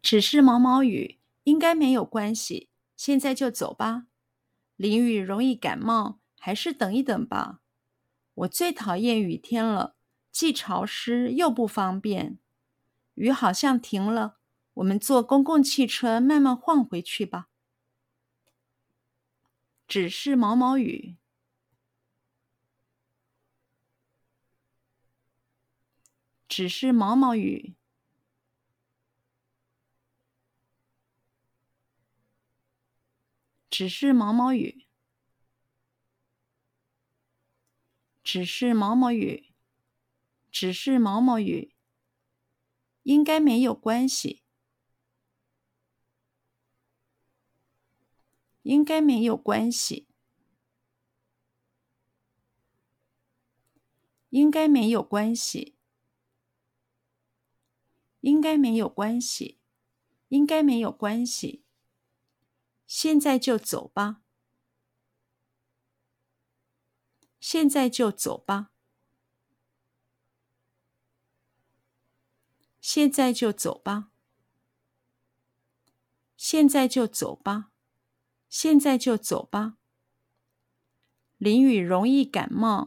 只是毛毛雨，应该没有关系，现在就走吧。淋雨容易感冒，还是等一等吧。我最讨厌雨天了，既潮湿又不方便。雨好像停了，我们坐公共汽车慢慢晃回去吧。只是毛毛雨，只是毛毛雨，只是毛毛雨，只是毛毛雨，只是毛毛雨，应该没有关系，应该没有关系，应该没有关系，应该没有关系，应该没有关系。现在就走吧，现在就走吧，现在就走吧，现在就走吧，现在就走吧。淋雨容易感冒，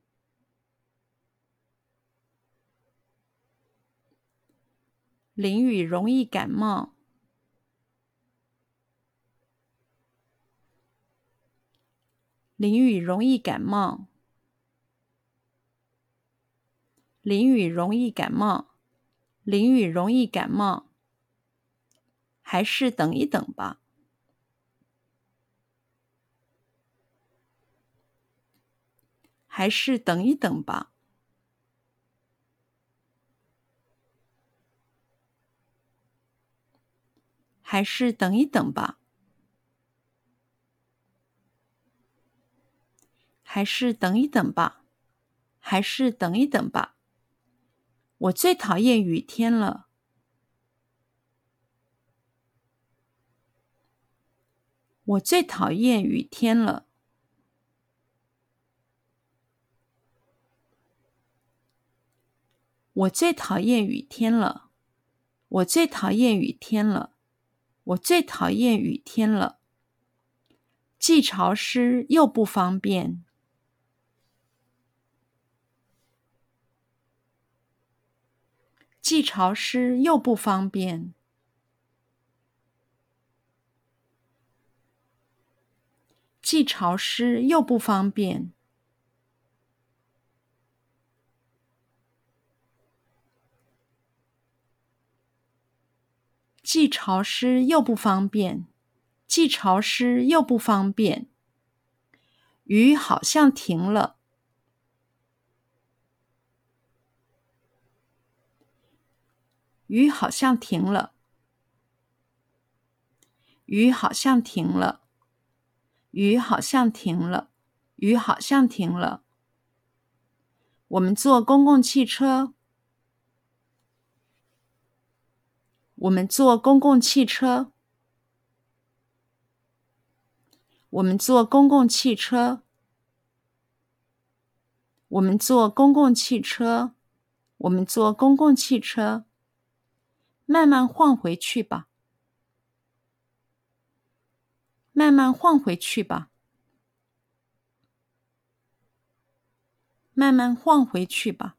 淋雨容易感冒，淋雨容易感冒，淋雨容易感冒，淋雨容易感冒。还是等一等吧，还是等一等吧，还是等一等吧，还是等一等吧，还是等一等吧。我最讨厌雨天了，我最讨厌雨天了，我最讨厌雨天了，我最讨厌雨天了，我最讨厌雨天了。既潮湿又不方便，既潮湿又不方便，既潮湿又不方便。既潮湿又不方便，既潮湿又不方便。雨好像停了，雨好像停了，雨好像停了，雨好像停了，雨好像停了。我们坐公共汽车，我们坐公共汽车，我们坐公共汽车，我们坐公共汽车，我们坐公共汽车。慢慢晃回去吧，慢慢晃回去吧，慢慢晃回去吧，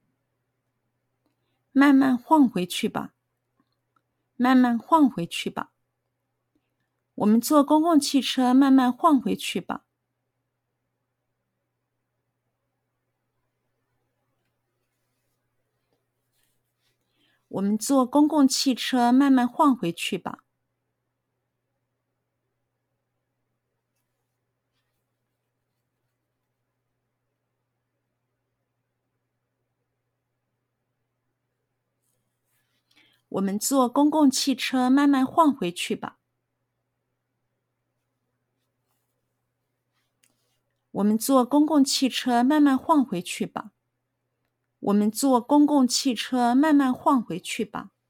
慢慢晃回去吧，慢慢晃回去吧。我们坐公共汽车慢慢晃回去吧。我们坐公共汽车慢慢晃回去吧。我们坐公共汽车慢慢晃回去吧。我们坐公共汽车慢慢晃回去吧。我们坐公共汽车慢慢晃回去吧。